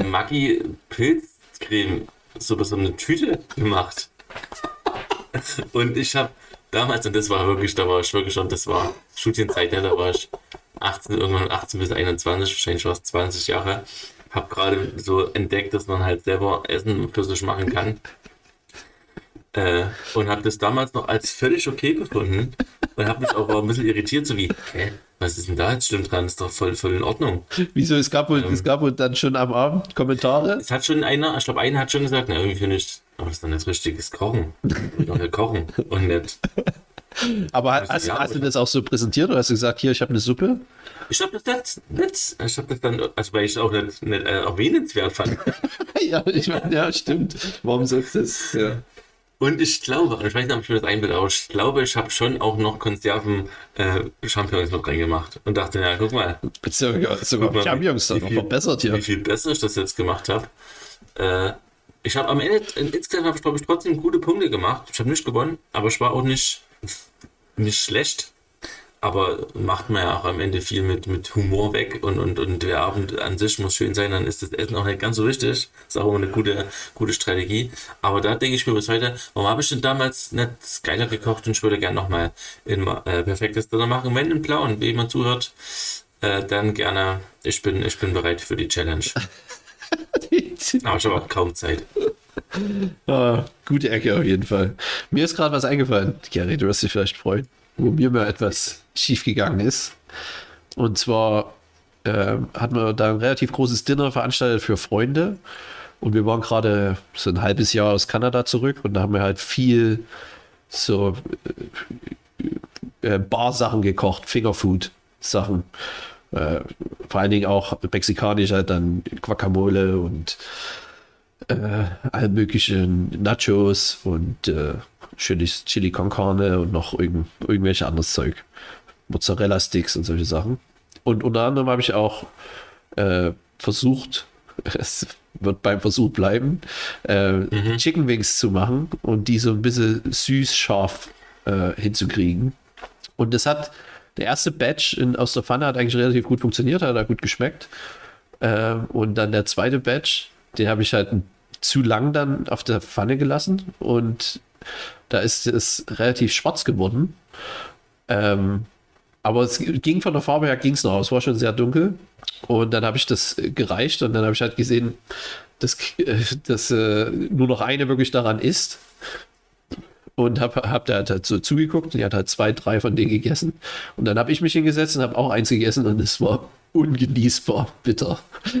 Maggi-Pilzcreme, so so eine Tüte gemacht. Und ich habe damals, und das war wirklich, da war ich wirklich schon, das war Studienzeit, ja, da war ich achtzehn, irgendwann achtzehn bis einundzwanzig, wahrscheinlich war es zwanzig Jahre. Hab gerade so entdeckt, dass man halt selber Essen für sich machen kann. Äh, und habe das damals noch als völlig okay befunden und habe mich auch ein bisschen irritiert, so wie, hä, was ist denn da jetzt schlimm dran? Ist doch voll, voll in Ordnung. Wieso? Es gab wohl, Ähm, es gab wohl dann schon am Abend Kommentare. Es hat schon einer, ich glaube, einer hat schon gesagt, na, irgendwie finde ich, aber das ist doch nicht richtiges Kochen. Ich will doch nicht kochen und nicht. Aber Also, hast, ja, hast du aber- das auch so präsentiert oder hast du gesagt, hier, ich habe eine Suppe? Ich habe das nicht, nicht, ich habe das dann, also weil ich es auch nicht, nicht äh, erwähnenswert fand. Ja, ich meine, ja, stimmt. Warum sollst du das? Ja. Und ich glaube, ich weiß nicht, ob ich mir das einbilde, aber ich glaube, ich habe schon auch noch Konserven äh, Champignons mit reingemacht und dachte, ja, guck mal, Sogar, sogar Guck mal, Champions dann wie noch viel- verbessert hier. wie viel besser ich das jetzt gemacht habe. Äh, ich habe am Ende, insgesamt habe ich, glaube ich, trotzdem gute Punkte gemacht. Ich habe nicht gewonnen, aber ich war auch nicht, nicht schlecht. Aber macht man ja auch am Ende viel mit, mit Humor weg und, und, und der Abend an sich muss schön sein, dann ist das Essen auch nicht ganz so wichtig. Ist auch immer eine gute, gute Strategie. Aber da denke ich mir bis heute, warum habe ich denn damals nicht geiler gekocht und ich würde gerne nochmal ein äh, perfektes Dinner machen. Wenn im Blauen, wie jemand zuhört, äh, dann gerne, ich bin, ich bin bereit für die Challenge. Aber ich habe auch kaum Zeit. Ah, gute Ecke auf jeden Fall. Mir ist gerade was eingefallen, Gary, du wirst dich vielleicht freuen, wo mir mal etwas schief gegangen ist. Und zwar ähm, hatten wir da ein relativ großes Dinner veranstaltet für Freunde. Und wir waren gerade so ein halbes Jahr aus Kanada zurück und da haben wir halt viel so äh, äh, Bar-Sachen gekocht, Fingerfood-Sachen. Äh, vor allen Dingen auch mexikanisch, halt dann Guacamole und äh, alle möglichen Nachos und äh, Chili, Chili con Carne und noch irgend, irgendwelche anderes Zeug. Mozzarella-Sticks und solche Sachen. Und unter anderem habe ich auch äh, versucht, es wird beim Versuch bleiben, äh, Chicken Wings zu machen und die so ein bisschen süß-scharf äh, hinzukriegen. Und das hat, der erste Batch in, aus der Pfanne hat eigentlich relativ gut funktioniert, hat hat gut geschmeckt. Äh, und dann der zweite Batch, den habe ich halt zu lang dann auf der Pfanne gelassen und da ist es relativ schwarz geworden. Ähm, aber es ging von der Farbe her, ging es noch aus, war schon sehr dunkel. Und dann habe ich das gereicht und dann habe ich halt gesehen, dass, dass äh, nur noch eine wirklich daran ist. Und habe hab da halt so zugeguckt und die hat halt zwei, drei von denen gegessen. Und dann habe ich mich hingesetzt und habe auch eins gegessen und es war ungenießbar bitter.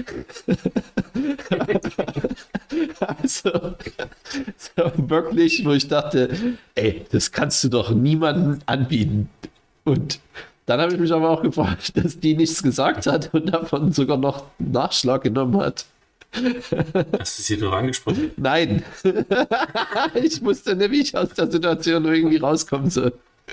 Also, so wirklich, wo ich dachte, ey, das kannst du doch niemandem anbieten. Und dann habe ich mich aber auch gefragt, dass die nichts gesagt hat und davon sogar noch einen Nachschlag genommen hat. Hast du sie doch angesprochen? Nein. Ich wusste nicht, wie ich aus der Situation irgendwie rauskommen soll.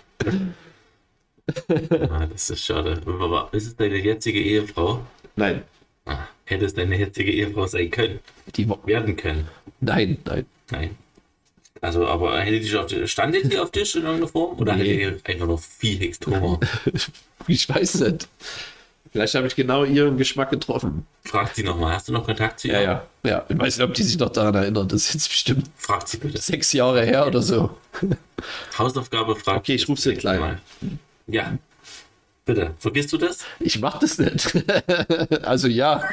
Ah, das ist schade. Aber ist es deine jetzige Ehefrau? Nein. Ah, hätte es deine jetzige Ehefrau sein können, Die Wo- werden können. Nein, nein. Nein. Also, aber hätte die auf dich, standet die auf dich in irgendeiner Form? Oder Nee. hätte die einfach noch viel Hunger? Ich weiß nicht. Vielleicht habe ich genau ihren Geschmack getroffen. Fragt sie nochmal, hast du noch Kontakt zu ihr? Ja, ja. Ja, ich weiß nicht, ob die sich noch daran erinnert. Das ist jetzt bestimmt Fragt sie bitte. sechs Jahre her oder so. Hausaufgabe fragt Okay, ich ruf sie gleich. mal. Ja. Bitte, vergisst du das? Ich mach das nicht. Also ja.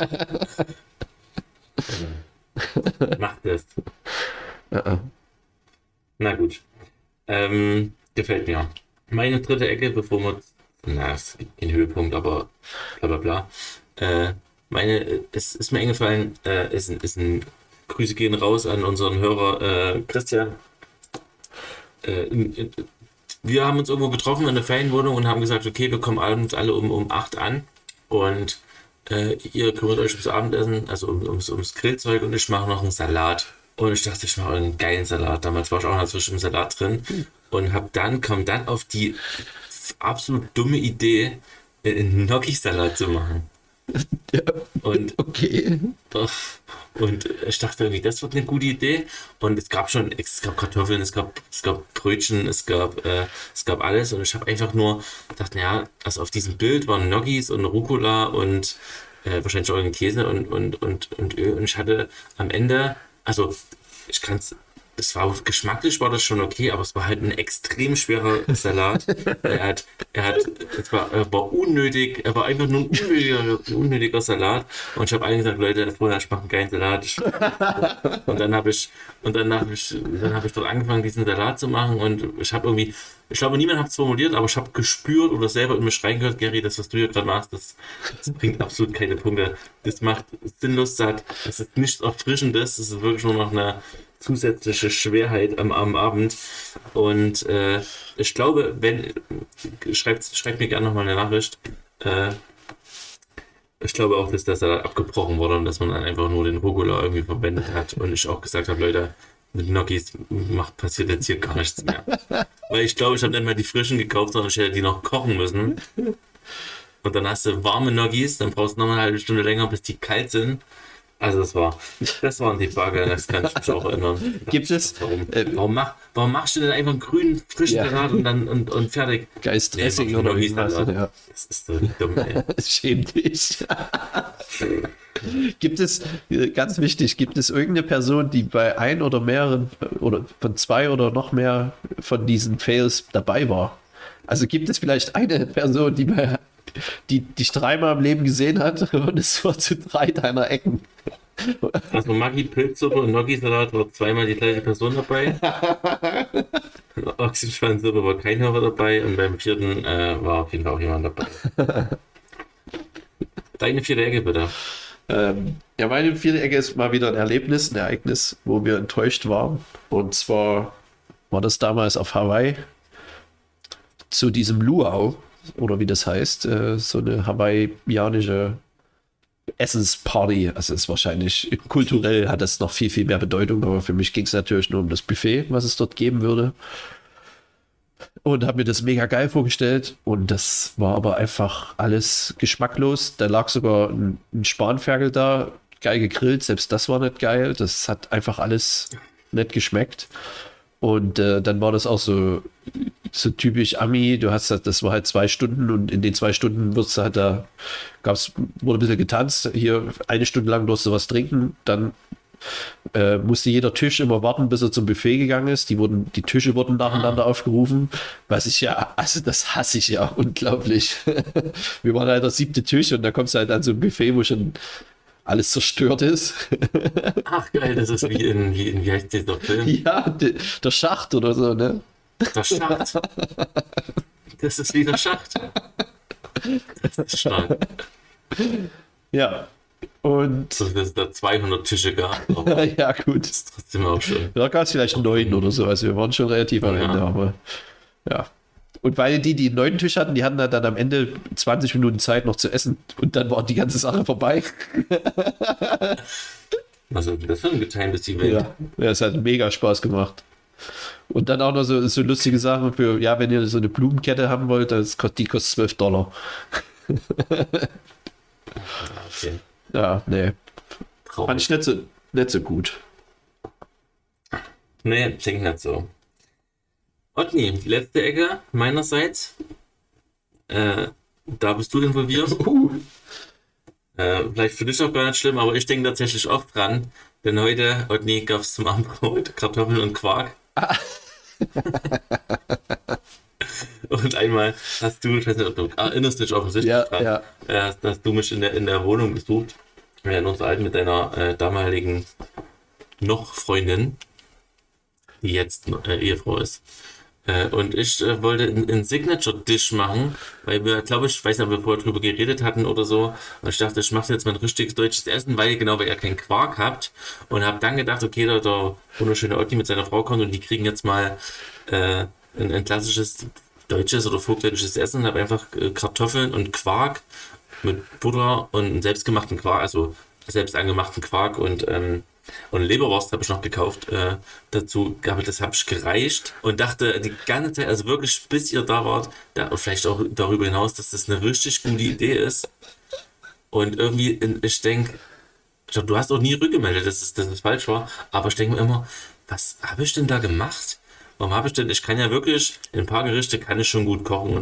Mach das. Äh, Na gut. Ähm, gefällt mir. Meine dritte Ecke, bevor wir. Na, es gibt keinen Höhepunkt, aber bla bla bla. Äh, meine, äh, es ist mir eingefallen, äh, ist, ein- ist ein Grüße gehen raus an unseren Hörer äh, Christian. Äh, in, in, wir haben uns irgendwo getroffen in der Ferienwohnung und haben gesagt, okay, wir kommen abends alle um, um acht an und äh, ihr kümmert euch ums Abendessen, also um, ums, ums Grillzeug und ich mache noch einen Salat. Und ich dachte, ich mache einen geilen Salat. Damals war ich auch noch zwischen im Salat drin und hab dann, kam dann auf die absolut dumme Idee, einen Gnocchi-Salat zu machen. Und okay. Und ich dachte irgendwie, das wird eine gute Idee. Und es gab schon, es gab Kartoffeln, es gab, es gab Brötchen, es gab, äh, es gab alles. Und ich habe einfach nur gedacht, naja, also auf diesem Bild waren Gnocchis und Rucola und äh, wahrscheinlich auch ein Käse und, und, und, und Öl. Und ich hatte am Ende, also ich kann es das war geschmacklich war das schon okay, aber es war halt ein extrem schwerer Salat. Er hat, er hat, es war, er war unnötig, er war einfach nur ein unnötiger, ein unnötiger Salat. Und ich habe allen gesagt, Leute, vorher ich mache einen geilen Salat. Ich, und dann habe ich, und dann habe ich, dann habe ich dort angefangen, diesen Salat zu machen. Und ich habe irgendwie, ich glaube, niemand hat es formuliert, aber ich habe gespürt oder selber in mich reingehört, Gary, das, was du hier gerade machst, das, das bringt absolut keine Punkte. Das macht sinnlos satt. Das ist nichts Erfrischendes. Das ist wirklich nur noch eine zusätzliche Schwerheit am, am Abend. Und äh, ich glaube, wenn, schreibt, schreibt mir gerne nochmal eine Nachricht. Äh, ich glaube auch, dass der Salat abgebrochen wurde und dass man dann einfach nur den Rucola irgendwie verwendet hat. Und ich auch gesagt habe, Leute, mit Gnocchis macht, passiert jetzt hier gar nichts mehr. Weil ich glaube, ich habe nicht mal die frischen gekauft, sondern ich hätte die noch kochen müssen. Und dann hast du warme Gnocchis, dann brauchst du noch eine halbe Stunde länger, bis die kalt sind. Also das war, das waren die Bagger, das kann ich mich auch erinnern. Gibt es? Warum, Äh, warum, mach, warum machst du denn einfach einen grünen, frischen Ja. Salat und dann und, und fertig? Geistdressing Nee, oder Gnocchis irgendwas. Salat. Ja. Das ist so dumm, ey. Schäm dich. Gibt es, äh, ganz wichtig, gibt es irgendeine Person, die bei ein oder mehreren äh, oder von zwei oder noch mehr von diesen Fails dabei war? Also gibt es vielleicht eine Person, die bei, die dich dreimal im Leben gesehen hat und es war zu drei deiner Ecken? Also Maggi Pilzsuppe und Gnocchi-Salat war zweimal die gleiche Person dabei. Ochsenschwanzsuppe war kein Hörer dabei und beim vierten äh, war auf jeden Fall auch jemand dabei. Deine vierte Ecke bitte. Ähm, ja, meine vierte Ecke ist mal wieder ein Erlebnis, ein Ereignis, wo wir enttäuscht waren. Und zwar war das damals auf Hawaii zu diesem Luau, oder wie das heißt, äh, so eine hawaiianische Essensparty. Also es ist wahrscheinlich kulturell hat das noch viel, viel mehr Bedeutung, aber für mich ging es natürlich nur um das Buffet, was es dort geben würde. Und habe mir das mega geil vorgestellt und das war aber einfach alles geschmacklos. Da lag sogar ein, ein Spanferkel da, geil gegrillt, selbst das war nicht geil. Das hat einfach alles nicht geschmeckt. Und äh, dann war das auch so, so typisch Ami. Du hast halt, das war halt zwei Stunden und in den zwei Stunden wird's halt da, gab's, wurde ein bisschen getanzt. Hier eine Stunde lang durfst du was trinken, dann äh, musste jeder Tisch immer warten, bis er zum Buffet gegangen ist. Die wurden, die Tische wurden nacheinander aufgerufen, was ich ja, also das hasse ich ja unglaublich. Wir waren halt der siebte Tisch und da kommst du halt an so ein Buffet, wo schon alles zerstört ist. Ach geil, das ist wie in, wie in wie heißt dieser Film? Ja, de, der Schacht oder so, ne? Der Schacht. Das ist wie der Schacht. Das ist stark. Ja. Und So, dass es da zweihundert Tische gab, aber ja, gut. das ist trotzdem auch schön. Da gab es vielleicht neun oder so. Also wir waren schon relativ am Ja. Ende, aber ja. Und weil die, die einen neunten Tisch hatten, die hatten dann am Ende zwanzig Minuten Zeit noch zu essen und dann war die ganze Sache vorbei. Also das ist ein getimtes Event. Ja, ja, es hat mega Spaß gemacht. Und dann auch noch so, so lustige Sachen für, ja, wenn ihr so eine Blumenkette haben wollt, das kostet, die kostet zwölf Dollar. Okay. Ja, nee. Fand Traurig. ich nicht so, nicht so gut. Nee, klingt nicht so. Otni, die letzte Ecke meinerseits. Äh, da bist du involviert. Uh, Äh, vielleicht für dich auch gar nicht schlimm, aber ich denke tatsächlich auch dran. Denn heute, Otni, gab es zum Abendbrot Kartoffeln und Quark. Und einmal hast du, ich weiß nicht, ob du erinnerst dich offensichtlich Ja, dran, ja. äh, hast, hast du mich in der, in der Wohnung besucht. Wir in uns alten mit deiner äh, damaligen noch Freundin, die jetzt äh, Ehefrau ist. Äh, und ich äh, wollte einen Signature-Dish machen, weil wir, glaube ich, weiß nicht, ob wir vorher drüber geredet hatten oder so. Und ich dachte, ich mache jetzt mal ein richtiges deutsches Essen, weil genau, weil ihr keinen Quark habt. Und habe dann gedacht, okay, da der wunderschöne Otti mit seiner Frau kommt und die kriegen jetzt mal äh, ein, ein klassisches deutsches oder vogtländisches Essen. Und habe einfach äh, Kartoffeln und Quark mit Butter und einen selbstgemachten Quark, also selbst angemachten Quark und ähm, und Leberwurst habe ich noch gekauft. Äh, dazu habe ich, das habe ich gereicht und dachte die ganze Zeit, also wirklich bis ihr da wart, da, und vielleicht auch darüber hinaus, dass das eine richtig gute Idee ist. Und irgendwie, in, ich denke, ich glaub, du hast auch nie rückgemeldet, dass es, dass es falsch war, aber ich denke mir immer, was habe ich denn da gemacht? Warum habe ich denn, ich kann ja wirklich, ein paar Gerichte kann ich schon gut kochen und ich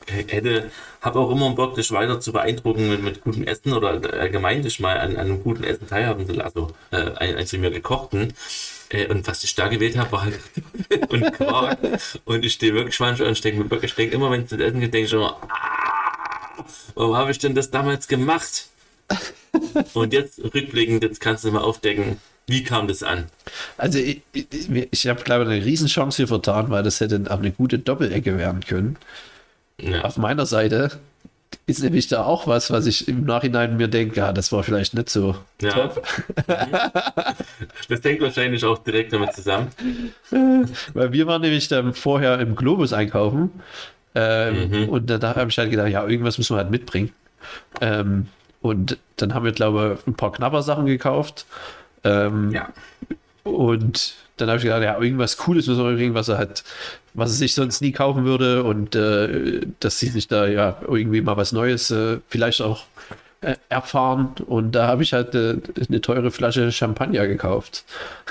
hätte, habe auch immer Bock, dich weiter zu beeindrucken mit, mit gutem Essen oder allgemein dich mal an, an einem guten Essen teilhaben zu lassen. Also äh, ein, ein zu mir gekochten. Äh, und was ich da gewählt habe, war halt und Quark. Und ich stehe wirklich manchmal und denke mir wirklich, ich denke immer, wenn ich das Essen gehe, denke ich immer, ah, warum habe ich denn das damals gemacht? Und jetzt rückblickend, jetzt kannst du mal aufdecken, wie kam das an? Also ich, ich, ich habe, glaube ich, eine Riesenchance hier vertan, weil das hätte auch eine gute Doppelecke werden können. Ja. Auf meiner Seite ist nämlich da auch was, was ich im Nachhinein mir denke, ja, das war vielleicht nicht so Ja. top. Das hängt wahrscheinlich auch direkt damit zusammen. Weil wir waren nämlich dann vorher im Globus einkaufen ähm, Mhm. und da habe ich halt gedacht, ja, irgendwas müssen wir halt mitbringen. Ähm, und dann haben wir, glaube ich, ein paar Knabbersachen gekauft. Ähm, Ja. Und dann habe ich gedacht, ja, irgendwas Cooles müssen wir bringen, was er hat, was er sich sonst nie kaufen würde und äh, dass sie sich da ja irgendwie mal was Neues äh, vielleicht auch äh, erfahren. Und da habe ich halt äh, eine teure Flasche Champagner gekauft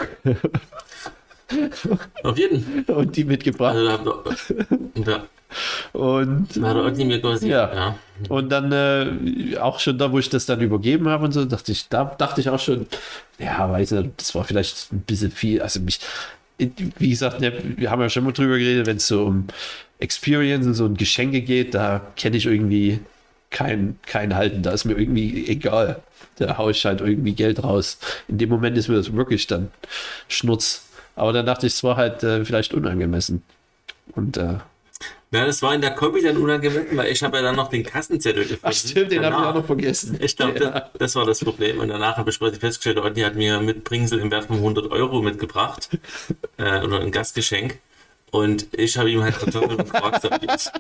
Auf jeden. und die mitgebracht. Also da habt ihr, da, Und da hat er irgendwie mir quasi, ja. ja. Und dann äh, auch schon da, wo ich das dann übergeben habe und so, dachte ich, da dachte ich auch schon, ja, weiß nicht, das war vielleicht ein bisschen viel. Also mich, wie gesagt, ne, wir haben ja schon mal drüber geredet, wenn es so um Experience und so um Geschenke geht, da kenne ich irgendwie kein, kein Halten. Da ist mir irgendwie egal. Da haue ich halt irgendwie Geld raus. In dem Moment ist mir das wirklich dann Schnurz. Aber dann dachte ich, es war halt äh, vielleicht unangemessen. Und äh, Ja, das war in der Kombi dann unangemessen, weil ich habe ja dann noch den Kassenzettel gefunden. ach stimmt, den habe ich Danach. auch noch vergessen. Ich glaube, Ja. das, das war das Problem. Und danach habe ich quasi festgestellt, Otni hat mir Mitbringsel im Wert von hundert Euro mitgebracht. Äh, oder ein Gastgeschenk. Und ich habe ihm halt Kartoffeln und Quark serviert.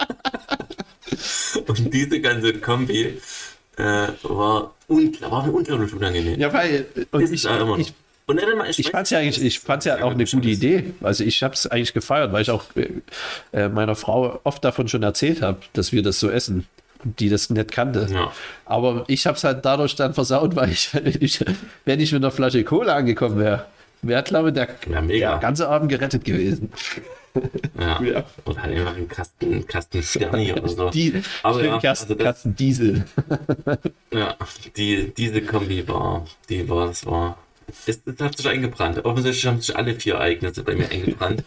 Und diese ganze Kombi äh, war, ungl war mir unglaublich unangenehm. Ja, weil und Das ich, ist ja immer noch. ich, Und dann immer, ich weiß- fand es ja eigentlich, ich fand's ja auch eine gute Idee. Also ich habe es eigentlich gefeiert, weil ich auch äh, meiner Frau oft davon schon erzählt habe, dass wir das so essen, und die das nicht kannte. Ja. Aber ich habe es halt dadurch dann versaut, weil ich, ich wenn ich mit einer Flasche Cola angekommen wäre, wäre, glaube ich, der, Ja, mega. der ganze Abend gerettet gewesen. Ja. Ja. Oder halt einfach einen Kasten, Kasten Sterni oder so. Die, Aber ja, Kasten, also das- Kasten Diesel. Ja, die, diese Kombi war, die war, das war, es, es hat sich eingebrannt. Offensichtlich haben sich alle vier Ereignisse bei mir eingebrannt.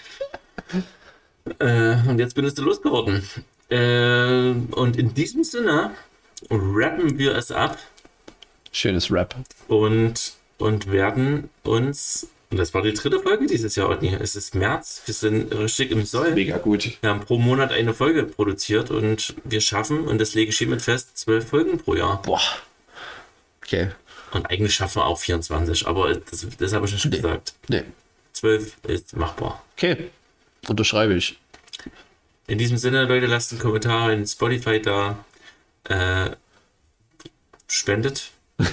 äh, und jetzt bin ich losgeworden. Äh, und in diesem Sinne rappen wir es ab Schönes Rap. und, und werden uns, und das war die dritte Folge dieses Jahr, Otni. Es ist März, wir sind richtig im Soll. Mega gut. Wir haben pro Monat eine Folge produziert und wir schaffen, und das lege ich hiermit fest, zwölf Folgen pro Jahr. Boah. Okay. Und eigentlich schaffen wir auch vierundzwanzig, aber das, das habe ich nicht gesagt. Nee. zwölf ist machbar. Okay. Unterschreibe ich. In diesem Sinne, Leute, lasst einen Kommentar in Spotify da. Äh, spendet.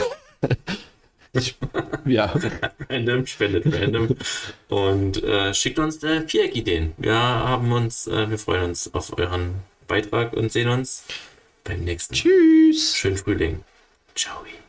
Ja. Random, spendet random. Und äh, schickt uns äh, Viereck-Ideen. Wir haben uns, äh, wir freuen uns auf euren Beitrag und sehen uns beim nächsten Tschüss. schönen Frühling. Ciao.